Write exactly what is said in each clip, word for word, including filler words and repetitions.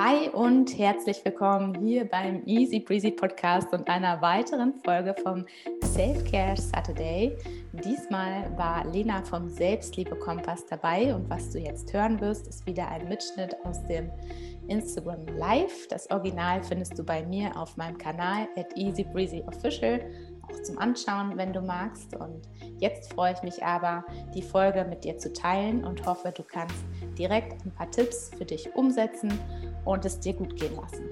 Hi und herzlich willkommen hier beim Easy Breezy Podcast und einer weiteren Folge vom Self-Care Saturday. Diesmal war Lena vom Selbstliebe-Kompass dabei und was du jetzt hören wirst, ist wieder ein Mitschnitt aus dem Instagram Live. Das Original findest du bei mir auf meinem Kanal at Easy Breezy Official, auch zum Anschauen, wenn du magst. Und jetzt freue ich mich aber, die Folge mit dir zu teilen und hoffe, du kannst direkt ein paar Tipps für dich umsetzen und es dir gut gehen lassen.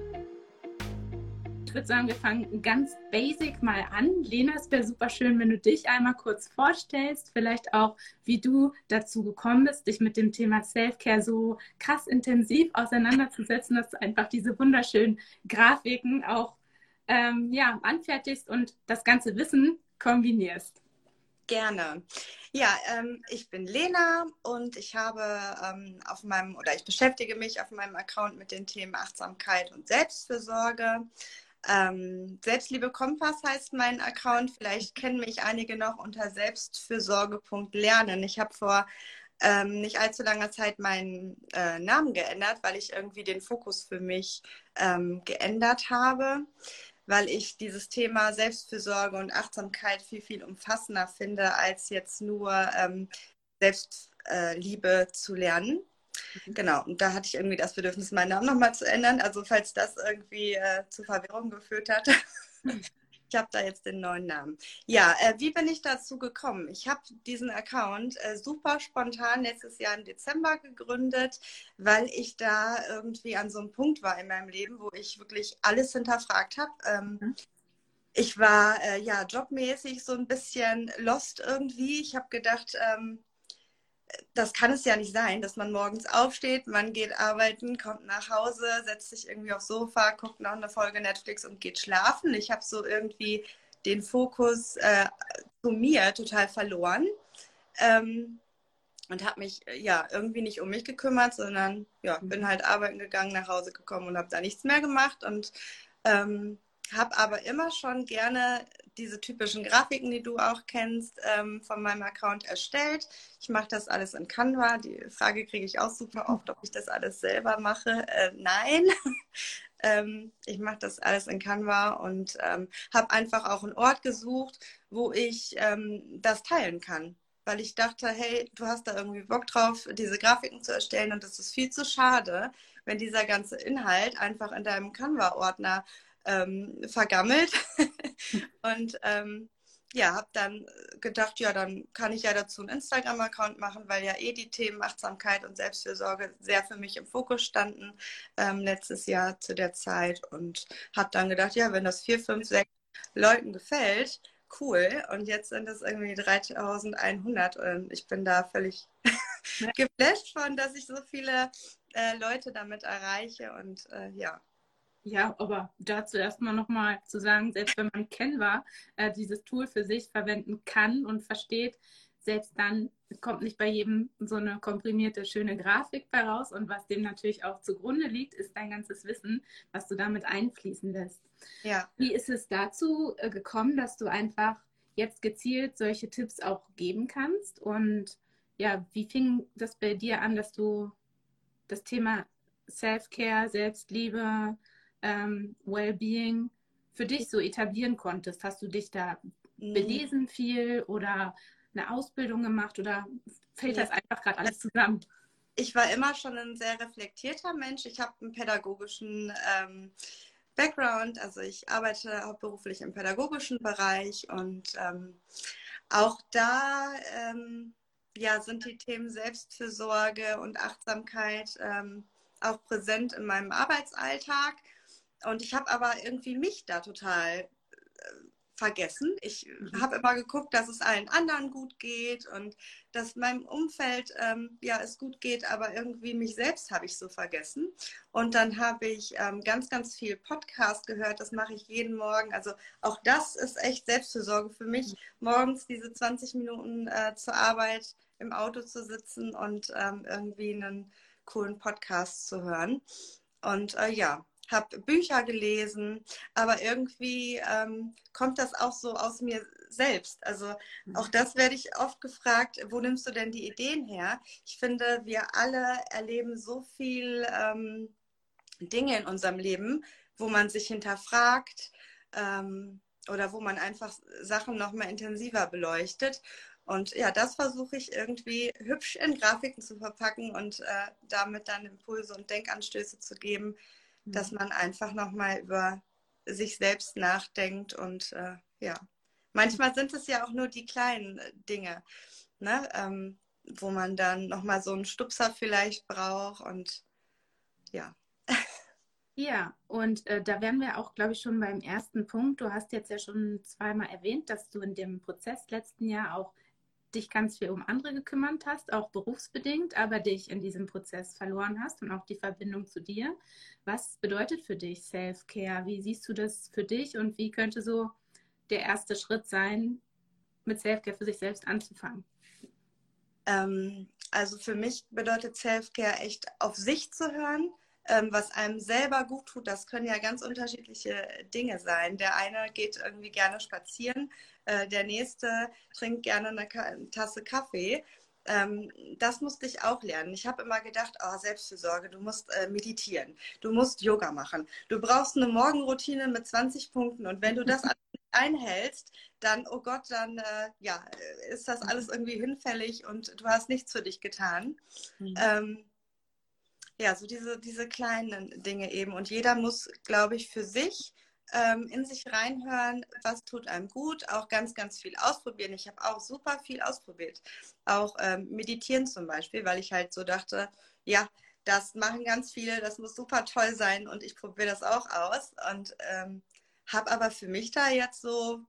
Ich würde sagen, wir fangen ganz basic mal an. Lena, es wäre super schön, wenn du dich einmal kurz vorstellst, vielleicht auch, wie du dazu gekommen bist, dich mit dem Thema Self-Care so krass intensiv auseinanderzusetzen, dass du einfach diese wunderschönen Grafiken auch ähm, ja, anfertigst und das ganze Wissen kombinierst. Gerne. Ja, ähm, ich bin Lena und ich habe ähm, auf meinem, oder ich beschäftige mich auf meinem Account mit den Themen Achtsamkeit und Selbstfürsorge. Ähm, Selbstliebe Kompass heißt mein Account. Vielleicht kennen mich einige noch unter selbstfürsorge punkt lernen. Ich habe vor ähm, nicht allzu langer Zeit meinen äh, Namen geändert, weil ich irgendwie den Fokus für mich ähm, geändert habe, weil ich dieses Thema Selbstfürsorge und Achtsamkeit viel, viel umfassender finde, als jetzt nur ähm, Selbstliebe zu lernen. Genau, und da hatte ich irgendwie das Bedürfnis, meinen Namen nochmal zu ändern. Also falls das irgendwie äh, zu Verwirrung geführt hat. Ich habe da jetzt den neuen Namen. Ja, äh, wie bin ich dazu gekommen? Ich habe diesen Account äh, super spontan letztes Jahr im Dezember gegründet, weil ich da irgendwie an so einem Punkt war in meinem Leben, wo ich wirklich alles hinterfragt habe. Ähm, ich war äh, ja jobmäßig so ein bisschen lost irgendwie. Ich habe gedacht, ähm, das kann es ja nicht sein, dass man morgens aufsteht, man geht arbeiten, kommt nach Hause, setzt sich irgendwie aufs Sofa, guckt noch eine Folge Netflix und geht schlafen. Ich habe so irgendwie den Fokus äh, zu mir total verloren ähm, und habe mich äh, ja irgendwie nicht um mich gekümmert, sondern ja, bin halt arbeiten gegangen, nach Hause gekommen und habe da nichts mehr gemacht und ähm, habe aber immer schon gerne diese typischen Grafiken, die du auch kennst, ähm, von meinem Account erstellt. Ich mache das alles in Canva. Die Frage kriege ich auch super oft, ob ich das alles selber mache. Äh, nein, ähm, ich mache das alles in Canva und ähm, habe einfach auch einen Ort gesucht, wo ich ähm, das teilen kann. Weil ich dachte, hey, du hast da irgendwie Bock drauf, diese Grafiken zu erstellen und es ist viel zu schade, wenn dieser ganze Inhalt einfach in deinem Canva-Ordner ähm, vergammelt. Und ähm, ja, habe dann gedacht, ja, dann kann ich ja dazu einen Instagram-Account machen, weil ja eh die Themen Achtsamkeit und Selbstfürsorge sehr für mich im Fokus standen ähm, letztes Jahr zu der Zeit. Und habe dann gedacht, ja, wenn das vier, fünf, sechs Leuten gefällt, cool. Und jetzt sind es irgendwie dreitausendeinhundert und ich bin da völlig geflasht von, dass ich so viele äh, Leute damit erreiche und äh, ja. Ja, aber dazu erstmal nochmal zu sagen, selbst wenn man Canva äh, dieses Tool für sich verwenden kann und versteht, selbst dann kommt nicht bei jedem so eine komprimierte, schöne Grafik bei raus. Und was dem natürlich auch zugrunde liegt, ist dein ganzes Wissen, was du damit einfließen lässt. Ja. Wie ist es dazu äh, gekommen, dass du einfach jetzt gezielt solche Tipps auch geben kannst? Und ja, wie fing das bei dir an, dass du das Thema Self-Care, Selbstliebe, ähm, Wellbeing für dich so etablieren konntest? Hast du dich da belesen viel oder eine Ausbildung gemacht oder fällt Ja. das einfach gerade alles zusammen? Ich war immer schon ein sehr reflektierter Mensch. Ich habe einen pädagogischen ähm, Background, also ich arbeite hauptberuflich im pädagogischen Bereich und ähm, auch da ähm, ja, sind die Themen Selbstfürsorge und Achtsamkeit ähm, auch präsent in meinem Arbeitsalltag. Und ich habe aber irgendwie mich da total äh, vergessen. Ich Mhm. habe immer geguckt, dass es allen anderen gut geht und dass meinem Umfeld ähm, ja es gut geht, aber irgendwie mich selbst habe ich so vergessen. Und dann habe ich ähm, ganz, ganz viel Podcast gehört. Das mache ich jeden Morgen. Also auch das ist echt Selbstfürsorge für mich, morgens diese zwanzig Minuten äh, zur Arbeit im Auto zu sitzen und ähm, irgendwie einen coolen Podcast zu hören. Und äh, ja, habe Bücher gelesen, aber irgendwie ähm, kommt das auch so aus mir selbst. Also auch das werde ich oft gefragt, wo nimmst du denn die Ideen her? Ich finde, wir alle erleben so viel ähm, Dinge in unserem Leben, wo man sich hinterfragt ähm, oder wo man einfach Sachen noch mal intensiver beleuchtet. Und ja, das versuche ich irgendwie hübsch in Grafiken zu verpacken und äh, damit dann Impulse und Denkanstöße zu geben, mhm. dass man einfach noch mal über sich selbst nachdenkt. Und äh, ja, manchmal sind es ja auch nur die kleinen Dinge, ne? ähm, wo man dann noch mal so einen Stupser vielleicht braucht und ja. Ja, und äh, da wären wir auch, glaube ich, schon beim ersten Punkt. Du hast jetzt ja schon zweimal erwähnt, dass du in dem Prozess letzten Jahr auch dich ganz viel um andere gekümmert hast, auch berufsbedingt, aber dich in diesem Prozess verloren hast und auch die Verbindung zu dir. Was bedeutet für dich Self-Care? Wie siehst du das für dich und wie könnte so der erste Schritt sein, mit Self-Care für sich selbst anzufangen? Ähm, also für mich bedeutet Self-Care echt auf sich zu hören, ähm, was einem selber gut tut. Das können ja ganz unterschiedliche Dinge sein. Der eine geht irgendwie gerne spazieren, äh, der nächste trinkt gerne eine, Ka eine Tasse Kaffee. Ähm, das musste ich auch lernen. Ich habe immer gedacht, oh, Selbstfürsorge, du musst äh, meditieren, du musst Yoga machen, du brauchst eine Morgenroutine mit zwanzig Punkten und wenn du das einhältst, dann, oh Gott, dann äh, ja, ist das alles irgendwie hinfällig und du hast nichts für dich getan. Mhm. Ähm, ja, so diese, diese kleinen Dinge eben. Und jeder muss, glaube ich, für sich ähm, in sich reinhören, was tut einem gut, auch ganz, ganz viel ausprobieren. Ich habe auch super viel ausprobiert. Auch ähm, meditieren zum Beispiel, weil ich halt so dachte, ja, das machen ganz viele, das muss super toll sein und ich probiere das auch aus. Und ähm, habe aber für mich da jetzt so,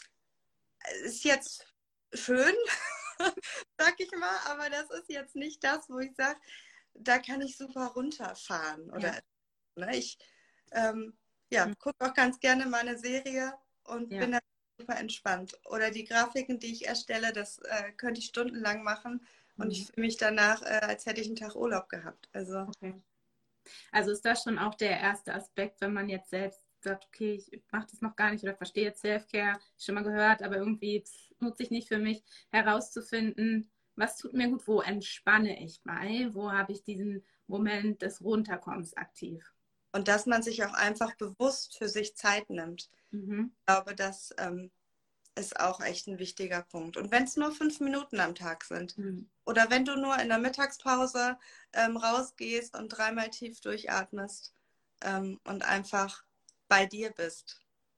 ist jetzt schön, sag ich mal, aber das ist jetzt nicht das, wo ich sage, da kann ich super runterfahren. Oder ja. ne, ich ähm, ja, mhm. gucke auch ganz gerne mal eine Serie und ja. bin da super entspannt. Oder die Grafiken, die ich erstelle, das äh, könnte ich stundenlang machen und mhm. ich fühle mich danach, äh, als hätte ich einen Tag Urlaub gehabt. Also, okay. Also ist das schon auch der erste Aspekt, wenn man jetzt selbst sagt, okay, ich mache das noch gar nicht oder verstehe jetzt Self-Care, schon mal gehört, aber irgendwie nutze ich nicht für mich, herauszufinden, was tut mir gut, wo entspanne ich mal, wo habe ich diesen Moment des Runterkommens aktiv. Und dass man sich auch einfach bewusst für sich Zeit nimmt. Mhm. Ich glaube, das ähm, ist auch echt ein wichtiger Punkt. Und wenn es nur fünf Minuten am Tag sind mhm. oder wenn du nur in der Mittagspause ähm, rausgehst und dreimal tief durchatmest ähm, und einfach bei dir bist.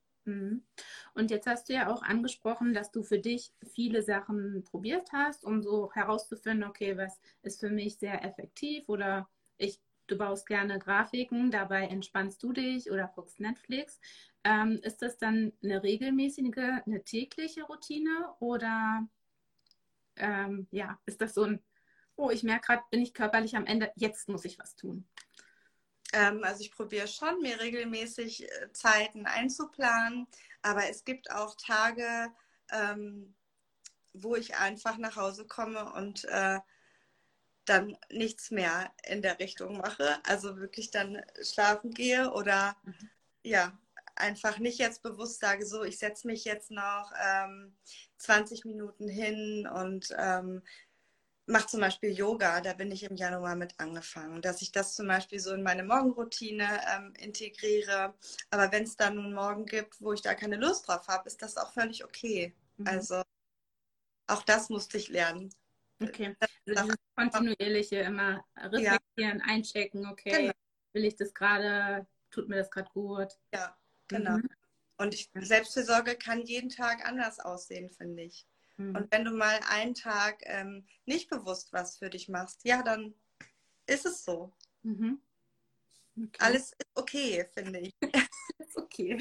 Und jetzt hast du ja auch angesprochen, dass du für dich viele Sachen probiert hast, um so herauszufinden, okay, was ist für mich sehr effektiv oder ich, du baust gerne Grafiken, dabei entspannst du dich oder guckst Netflix. Ähm, ist das dann eine regelmäßige, eine tägliche Routine oder ähm, ja, ist das so ein, oh, ich merke gerade, bin ich körperlich am Ende, jetzt muss ich was tun? Also ich probiere schon, mir regelmäßig Zeiten einzuplanen, aber es gibt auch Tage, ähm, wo ich einfach nach Hause komme und äh, dann nichts mehr in der Richtung mache. Also wirklich dann schlafen gehe oder mhm. ja, einfach nicht jetzt bewusst sage, so, ich setze mich jetzt noch ähm, zwanzig Minuten hin und ähm, mache zum Beispiel Yoga, da bin ich im Januar mit angefangen, dass ich das zum Beispiel so in meine Morgenroutine ähm, integriere. Aber wenn es dann einen Morgen gibt, wo ich da keine Lust drauf habe, ist das auch völlig okay. Mhm. Also auch das musste ich lernen. Okay, also dieses kontinuierliche immer reflektieren, ja. einchecken, okay, genau. will ich das gerade, tut mir das gerade gut? Ja, genau. Mhm. Und ich, Selbstfürsorge kann jeden Tag anders aussehen, finde ich. Und wenn du mal einen Tag ähm, nicht bewusst was für dich machst, ja, dann ist es so. Mhm. Okay. Alles ist okay, finde ich. Ist okay.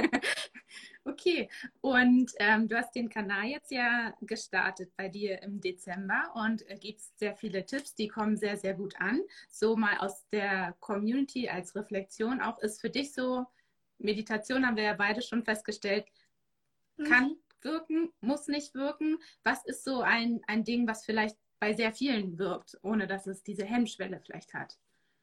Okay, und ähm, du hast den Kanal jetzt ja gestartet bei dir im Dezember und äh, gibst sehr viele Tipps, die kommen sehr, sehr gut an. So mal aus der Community als Reflexion auch, ist für dich so, Meditation haben wir ja beide schon festgestellt, kann mhm. wirken, muss nicht wirken. Was ist so ein, ein Ding, was vielleicht bei sehr vielen wirkt, ohne dass es diese Hemmschwelle vielleicht hat?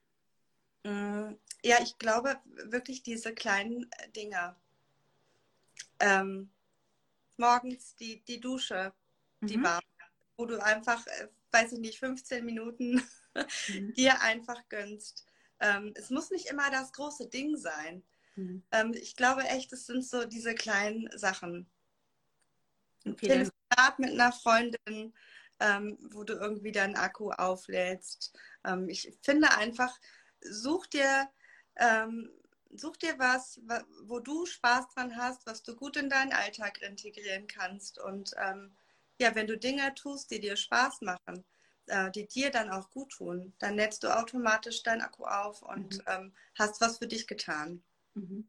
Ja, ich glaube wirklich diese kleinen Dinger. Ähm, morgens die, die Dusche, die mhm. warm, wo du einfach, äh, weiß ich nicht, fünfzehn Minuten mhm. dir einfach gönnst. Ähm, es muss nicht immer das große Ding sein. Mhm. Ähm, ich glaube echt, es sind so diese kleinen Sachen. Ein Okay, dann Telefonat mit einer Freundin, ähm, wo du irgendwie deinen Akku auflädst. Ähm, ich finde einfach, such dir, ähm, such dir was, wa- wo du Spaß dran hast, was du gut in deinen Alltag integrieren kannst. Und ähm, ja, wenn du Dinge tust, die dir Spaß machen, äh, die dir dann auch gut tun, dann lädst du automatisch deinen Akku auf und mhm. ähm, hast was für dich getan. Mhm.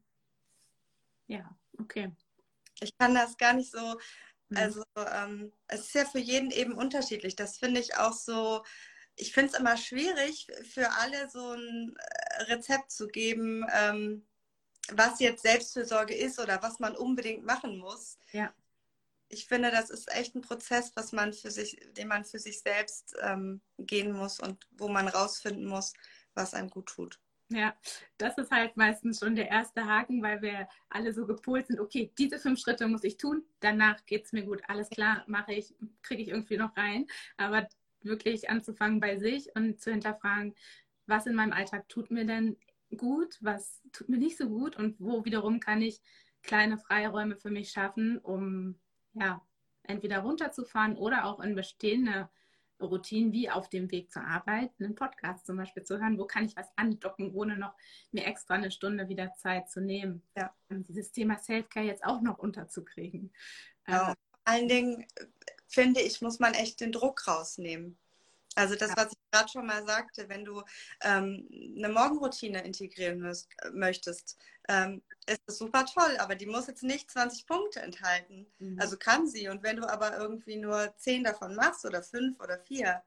Ja, okay. Ich kann das gar nicht so, Mhm. also ähm, es ist ja für jeden eben unterschiedlich. Das finde ich auch so, ich finde es immer schwierig für alle so ein äh, Rezept zu geben, ähm, was jetzt Selbstfürsorge ist oder was man unbedingt machen muss. Ja. Ich finde, das ist echt ein Prozess, was man für sich, den man für sich selbst ähm, gehen muss und wo man rausfinden muss, was einem gut tut. Ja, das ist halt meistens schon der erste Haken, weil wir alle so gepolt sind, okay, diese fünf Schritte muss ich tun, danach geht es mir gut, alles klar, mache ich, kriege ich irgendwie noch rein. Aber wirklich anzufangen bei sich und zu hinterfragen, was in meinem Alltag tut mir denn gut, was tut mir nicht so gut und wo wiederum kann ich kleine Freiräume für mich schaffen, um ja entweder runterzufahren oder auch in bestehende Routinen wie auf dem Weg zur Arbeit, einen Podcast zum Beispiel zu hören, wo kann ich was andocken, ohne noch mir extra eine Stunde wieder Zeit zu nehmen. Ja. Und dieses Thema Selfcare jetzt auch noch unterzukriegen. Genau. Äh, Vor allen Dingen, äh, finde ich, muss man echt den Druck rausnehmen. Also das, ja. was ich gerade schon mal sagte, wenn du ähm, eine Morgenroutine integrieren müsst, äh, möchtest, ähm, ist das super toll, aber die muss jetzt nicht zwanzig Punkte enthalten. Mhm. Also kann sie. Und wenn du aber irgendwie nur zehn davon machst oder fünf oder vier,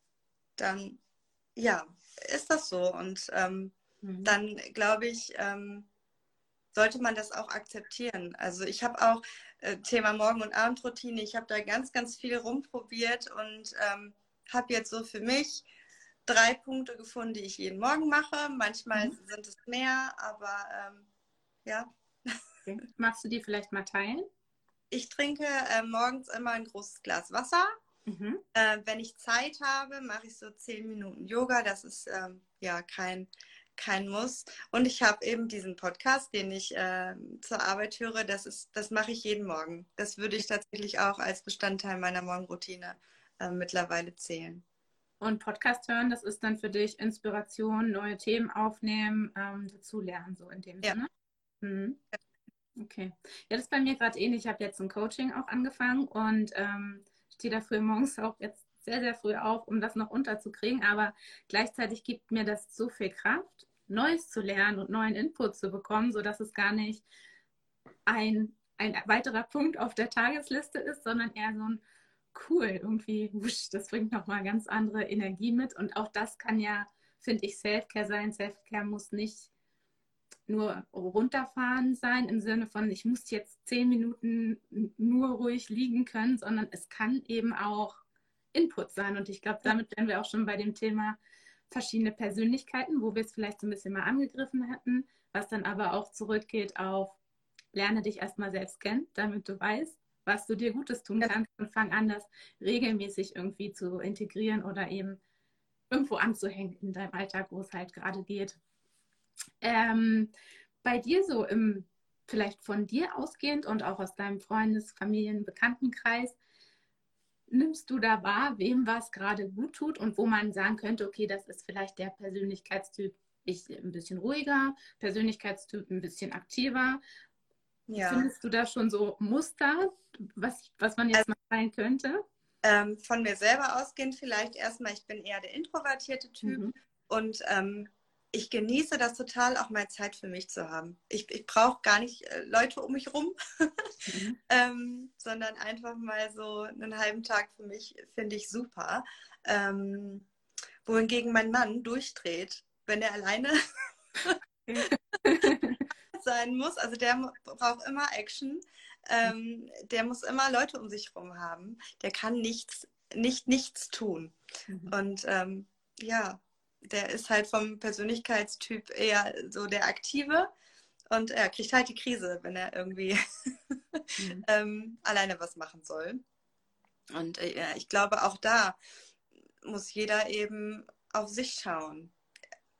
dann ja, ist das so. Und ähm, Mhm. dann glaube ich, ähm, sollte man das auch akzeptieren. Also ich habe auch äh, Thema Morgen- und Abendroutine, ich habe da ganz, ganz viel rumprobiert und ähm, habe jetzt so für mich drei Punkte gefunden, die ich jeden Morgen mache. Manchmal Mhm. sind es mehr, aber ähm, ja. Okay. Magst du die vielleicht mal teilen? Ich trinke äh, morgens immer ein großes Glas Wasser. Mhm. Äh, wenn ich Zeit habe, mache ich so zehn Minuten Yoga. Das ist ähm, ja kein, kein Muss. Und ich habe eben diesen Podcast, den ich äh, zur Arbeit höre. Das ist, das mache ich jeden Morgen. Das würde ich tatsächlich auch als Bestandteil meiner Morgenroutine äh, mittlerweile zählen. Und Podcast hören, das ist dann für dich Inspiration, neue Themen aufnehmen, ähm, dazu lernen, so in dem Ja. Sinne. Mhm. Okay. Ja, das ist bei mir gerade ähnlich. Ich habe jetzt ein Coaching auch angefangen und ähm, stehe dafür morgens auch jetzt sehr, sehr früh auf, um das noch unterzukriegen. Aber gleichzeitig gibt mir das so viel Kraft, Neues zu lernen und neuen Input zu bekommen, sodass es gar nicht ein, ein weiterer Punkt auf der Tagesliste ist, sondern eher so ein cool, irgendwie, wusch, das bringt nochmal ganz andere Energie mit. Und auch das kann ja, finde ich, Self-Care sein. Self-Care muss nicht nur runterfahren sein im Sinne von, ich muss jetzt zehn Minuten nur ruhig liegen können, sondern es kann eben auch Input sein. Und ich glaube, damit wären wir auch schon bei dem Thema verschiedene Persönlichkeiten, wo wir es vielleicht so ein bisschen mal angegriffen hätten, was dann aber auch zurückgeht auf, lerne dich erstmal selbst kennen, damit du weißt, was du dir Gutes tun kannst und fang an, das regelmäßig irgendwie zu integrieren oder eben irgendwo anzuhängen in deinem Alltag, wo es halt gerade geht. Ähm, bei dir so im, vielleicht von dir ausgehend und auch aus deinem Freundes-, Familien-, Bekanntenkreis, nimmst du da wahr, wem was gerade gut tut und wo man sagen könnte, okay, das ist vielleicht der Persönlichkeitstyp, ich ein bisschen ruhiger, Persönlichkeitstyp ein bisschen aktiver. Ja. Findest du da schon so Muster, was, was man jetzt Also mal teilen könnte? ähm, von mir selber ausgehend vielleicht erstmal, ich bin eher der introvertierte Typ Mhm. und ähm, ich genieße das total, auch mal Zeit für mich zu haben. Ich, ich brauche gar nicht äh, Leute um mich rum, Mhm. ähm, sondern einfach mal so einen halben Tag für mich finde ich super. Ähm, wohingegen mein Mann durchdreht, wenn er alleine Okay. sein muss. Also der braucht immer Action. Ähm, der muss immer Leute um sich herum haben. Der kann nichts, nicht nichts tun. Mhm. Und ähm, ja, der ist halt vom Persönlichkeitstyp eher so der Aktive und er kriegt halt die Krise, wenn er irgendwie Mhm. ähm, alleine was machen soll. Und äh, ja, ich glaube, auch da muss jeder eben auf sich schauen.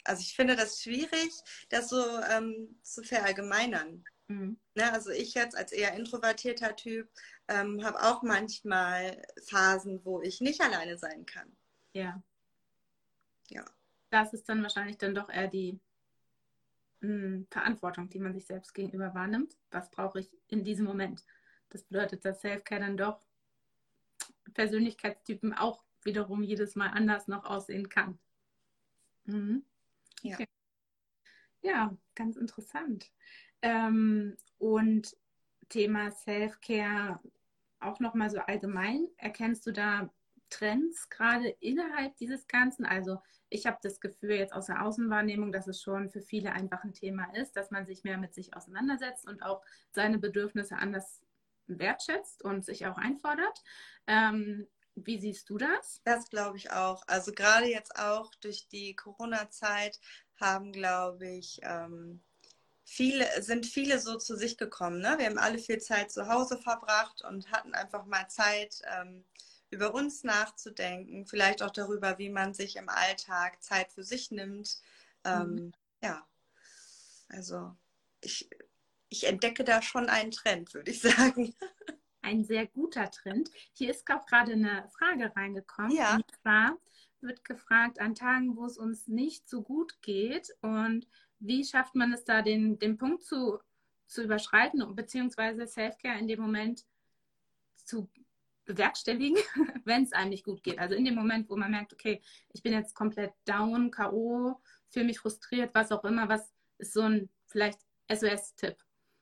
also ich finde das schwierig, das so ähm, zu verallgemeinern. Mhm. Ne? Also ich jetzt als eher introvertierter Typ ähm, habe auch manchmal Phasen, wo ich nicht alleine sein kann. Ja. Ja. Das ist dann wahrscheinlich dann doch eher die mh, Verantwortung, die man sich selbst gegenüber wahrnimmt. Was brauche ich in diesem Moment? Das bedeutet, dass Self-Care dann doch Persönlichkeitstypen auch wiederum jedes Mal anders noch aussehen kann. Mhm. Ja. Okay. Ja, ganz interessant. Ähm, und Thema Self-Care auch nochmal so allgemein. Erkennst du da Trends gerade innerhalb dieses Ganzen? Also ich habe das Gefühl jetzt aus der Außenwahrnehmung, dass es schon für viele einfach ein Thema ist, dass man sich mehr mit sich auseinandersetzt und auch seine Bedürfnisse anders wertschätzt und sich auch einfordert. Ähm, wie siehst du das? Das glaube ich auch. Also gerade jetzt auch durch die Corona-Zeit haben, glaube ich, ähm, viele, sind viele so zu sich gekommen. Ne? Wir haben alle viel Zeit zu Hause verbracht und hatten einfach mal Zeit, ähm, über uns nachzudenken, vielleicht auch darüber, wie man sich im Alltag Zeit für sich nimmt. Ähm, Mhm. ja, also ich, ich entdecke da schon einen Trend, würde ich sagen. Ein sehr guter Trend. Hier ist auch gerade eine Frage reingekommen. Ja. Und zwar wird gefragt, an Tagen, wo es uns nicht so gut geht, und wie schafft man es da, den, den Punkt zu, zu überschreiten, beziehungsweise Selfcare in dem Moment zu bewerkstelligen, wenn es einem nicht gut geht. Also in dem Moment, wo man merkt, okay, ich bin jetzt komplett down, K O, fühle mich frustriert, was auch immer, was ist so ein vielleicht S O S-Tipp?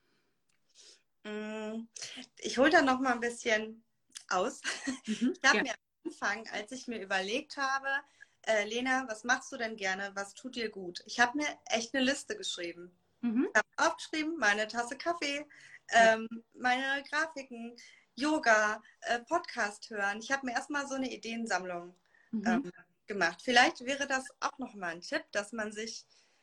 Ich hole da noch mal ein bisschen aus. Mhm. Ich habe Ja. mir am Anfang, als ich mir überlegt habe, äh, Lena, was machst du denn gerne? Was tut dir gut? Ich habe mir echt eine Liste geschrieben. Mhm. Ich habe aufgeschrieben, meine Tasse Kaffee, Ja. ähm, meine Grafiken, Yoga, äh, Podcast hören. Ich habe mir erstmal so eine Ideensammlung Mhm. ähm, gemacht. Vielleicht wäre das auch noch mal ein Tipp, dass man sich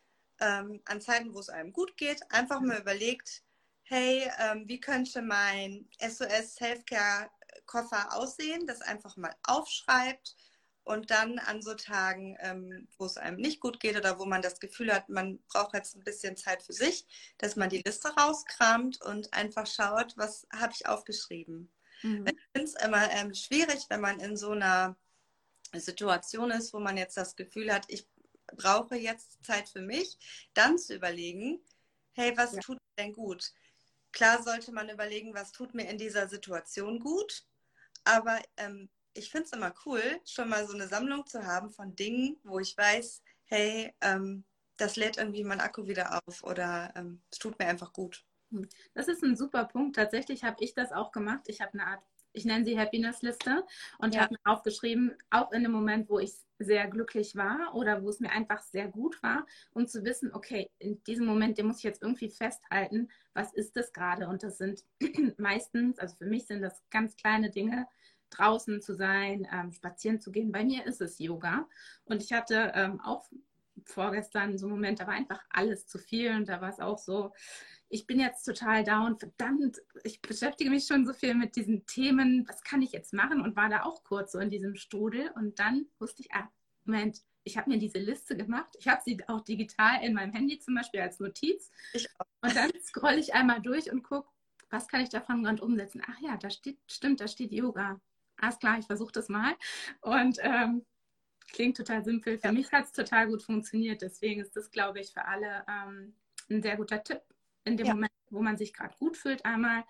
ähm, an Zeiten, wo es einem gut geht, einfach mal überlegt, hey, ähm, wie könnte mein S O S Selfcare-Koffer aussehen, das einfach mal aufschreibt und dann an so Tagen, ähm, wo es einem nicht gut geht oder wo man das Gefühl hat, man braucht jetzt ein bisschen Zeit für sich, dass man die Liste rauskramt und einfach schaut, was habe ich aufgeschrieben. Mhm. Ich finde es immer ähm, schwierig, wenn man in so einer Situation ist, wo man jetzt das Gefühl hat, ich brauche jetzt Zeit für mich, dann zu überlegen, hey, was Ja. tut mir denn gut? Klar sollte man überlegen, was tut mir in dieser Situation gut, aber ähm, ich finde es immer cool, schon mal so eine Sammlung zu haben von Dingen, wo ich weiß, hey, ähm, das lädt irgendwie mein Akku wieder auf oder ähm, es tut mir einfach gut. Das ist ein super Punkt. Tatsächlich habe ich das auch gemacht. Ich habe eine Art, ich nenne sie Happiness-Liste, und Ja. habe mir aufgeschrieben, auch in dem Moment, wo ich sehr glücklich war oder wo es mir einfach sehr gut war, um zu wissen, okay, in diesem Moment, den muss ich jetzt irgendwie festhalten, was ist das gerade? Und das sind meistens, also für mich sind das ganz kleine Dinge, draußen zu sein, ähm, spazieren zu gehen. Bei mir ist es Yoga. Und ich hatte ähm, auch vorgestern so einen Moment, da war einfach alles zu viel, und da war es auch so, ich bin jetzt total down, verdammt, ich beschäftige mich schon so viel mit diesen Themen, was kann ich jetzt machen, und war da auch kurz so in diesem Strudel, und dann wusste ich, ah, Moment, ich habe mir diese Liste gemacht, ich habe sie auch digital in meinem Handy zum Beispiel als Notiz, Ich auch. und dann scrolle ich einmal durch und gucke, was kann ich davon gerade umsetzen. Ach ja, da steht, stimmt, da steht Yoga. Alles klar, ich versuche das mal, und ähm, klingt total simpel. Für Ja. mich hat es total gut funktioniert. Deswegen ist das, glaube ich, für alle ähm, ein sehr guter Tipp. In dem Ja. Moment, wo man sich gerade gut fühlt, einmal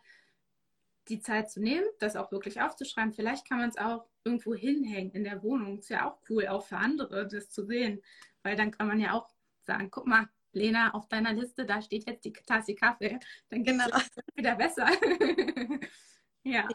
die Zeit zu nehmen, das auch wirklich aufzuschreiben. Vielleicht kann man es auch irgendwo hinhängen in der Wohnung. Ist ja auch cool, auch für andere, das zu sehen. Weil dann kann man ja auch sagen, guck mal, Lena, auf deiner Liste, da steht jetzt die Tasse Kaffee. Dann geht es Genau. wieder besser. Ja,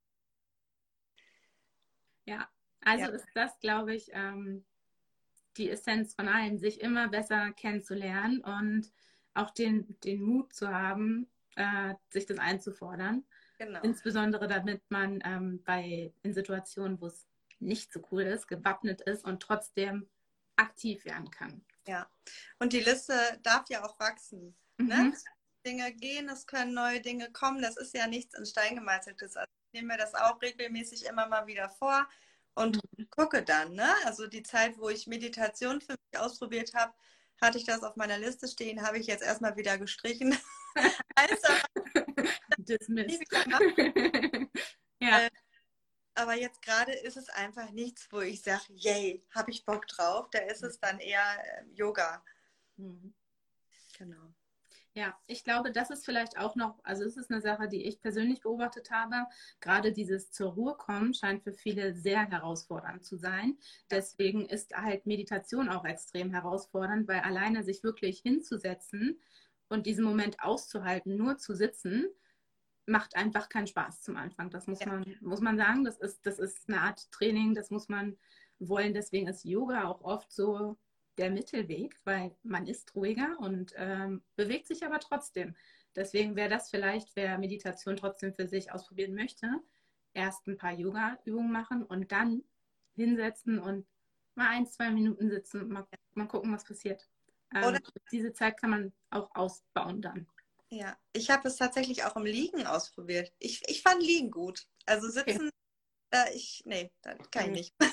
ja. Also Ja. ist das, glaube ich, ähm, die Essenz von allem, sich immer besser kennenzulernen und auch den, den Mut zu haben, äh, sich das einzufordern. Genau. Insbesondere damit man ähm, bei, in Situationen, wo es nicht so cool ist, gewappnet ist und trotzdem aktiv werden kann. Ja. Und die Liste darf ja auch wachsen. Ne? Mhm. Dinge gehen, es können neue Dinge kommen. Das ist ja nichts in Stein gemeißeltes. Also ich nehme mir das auch regelmäßig immer mal wieder vor und gucke dann. Ne? Also die Zeit, wo ich Meditation für mich ausprobiert habe, hatte ich das auf meiner Liste stehen, habe ich jetzt erstmal wieder gestrichen. Also, Dismissed. ja. Äh, aber jetzt gerade ist es einfach nichts, wo ich sage, yay, habe ich Bock drauf. Da ist es dann eher äh, Yoga. Mhm. Genau. Ja, ich glaube, das ist vielleicht auch noch, also es ist eine Sache, die ich persönlich beobachtet habe. Gerade dieses zur Ruhe kommen scheint für viele sehr herausfordernd zu sein. Deswegen ist halt Meditation auch extrem herausfordernd, weil alleine sich wirklich hinzusetzen und diesen Moment auszuhalten, nur zu sitzen, macht einfach keinen Spaß zum Anfang. Das muss man, muss man sagen. Das ist, das ist eine Art Training, das muss man wollen. Deswegen ist Yoga auch oft so der Mittelweg, weil man ist ruhiger und ähm, bewegt sich aber trotzdem. Deswegen wäre das vielleicht, wer Meditation trotzdem für sich ausprobieren möchte, erst ein paar Yoga-Übungen machen und dann hinsetzen und mal ein, zwei Minuten sitzen und mal, mal gucken, was passiert. Ähm, diese Zeit kann man auch ausbauen dann. Ja, ich habe es tatsächlich auch im Liegen ausprobiert. Ich, ich fand Liegen gut. Also sitzen, okay. äh, ich, nee, das kann ich nicht.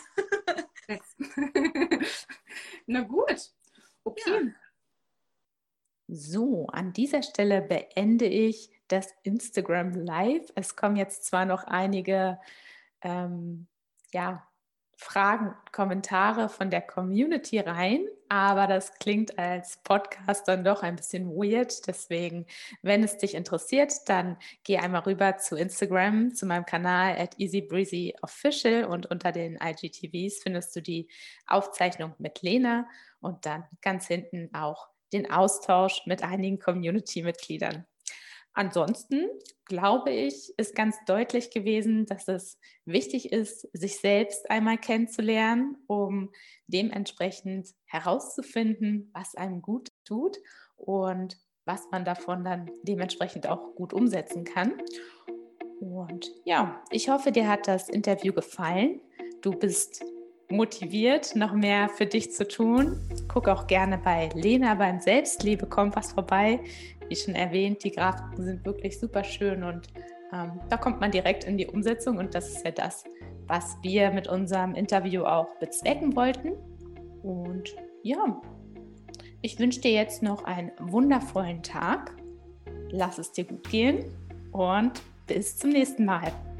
Na gut, okay. Ja. So, an dieser Stelle beende ich das Instagram Live. Es kommen jetzt zwar noch einige ähm, ja, Fragen, Kommentare von der Community rein, aber das klingt als Podcast dann doch ein bisschen weird. Deswegen, wenn es dich interessiert, dann geh einmal rüber zu Instagram, zu meinem Kanal at easybreezyofficial und unter den I G T Vs findest du die Aufzeichnung mit Lena und dann ganz hinten auch den Austausch mit einigen Community-Mitgliedern. Ansonsten glaube ich, ist ganz deutlich gewesen, dass es wichtig ist, sich selbst einmal kennenzulernen, um dementsprechend herauszufinden, was einem gut tut und was man davon dann dementsprechend auch gut umsetzen kann. Und ja, ich hoffe, dir hat das Interview gefallen. Du bist motiviert, noch mehr für dich zu tun. Guck auch gerne bei Lena beim Selbstliebe-Kompass vorbei. Wie schon erwähnt, die Grafiken sind wirklich super schön und ähm, da kommt man direkt in die Umsetzung und das ist ja das, was wir mit unserem Interview auch bezwecken wollten. Und ja, ich wünsche dir jetzt noch einen wundervollen Tag. Lass es dir gut gehen und bis zum nächsten Mal.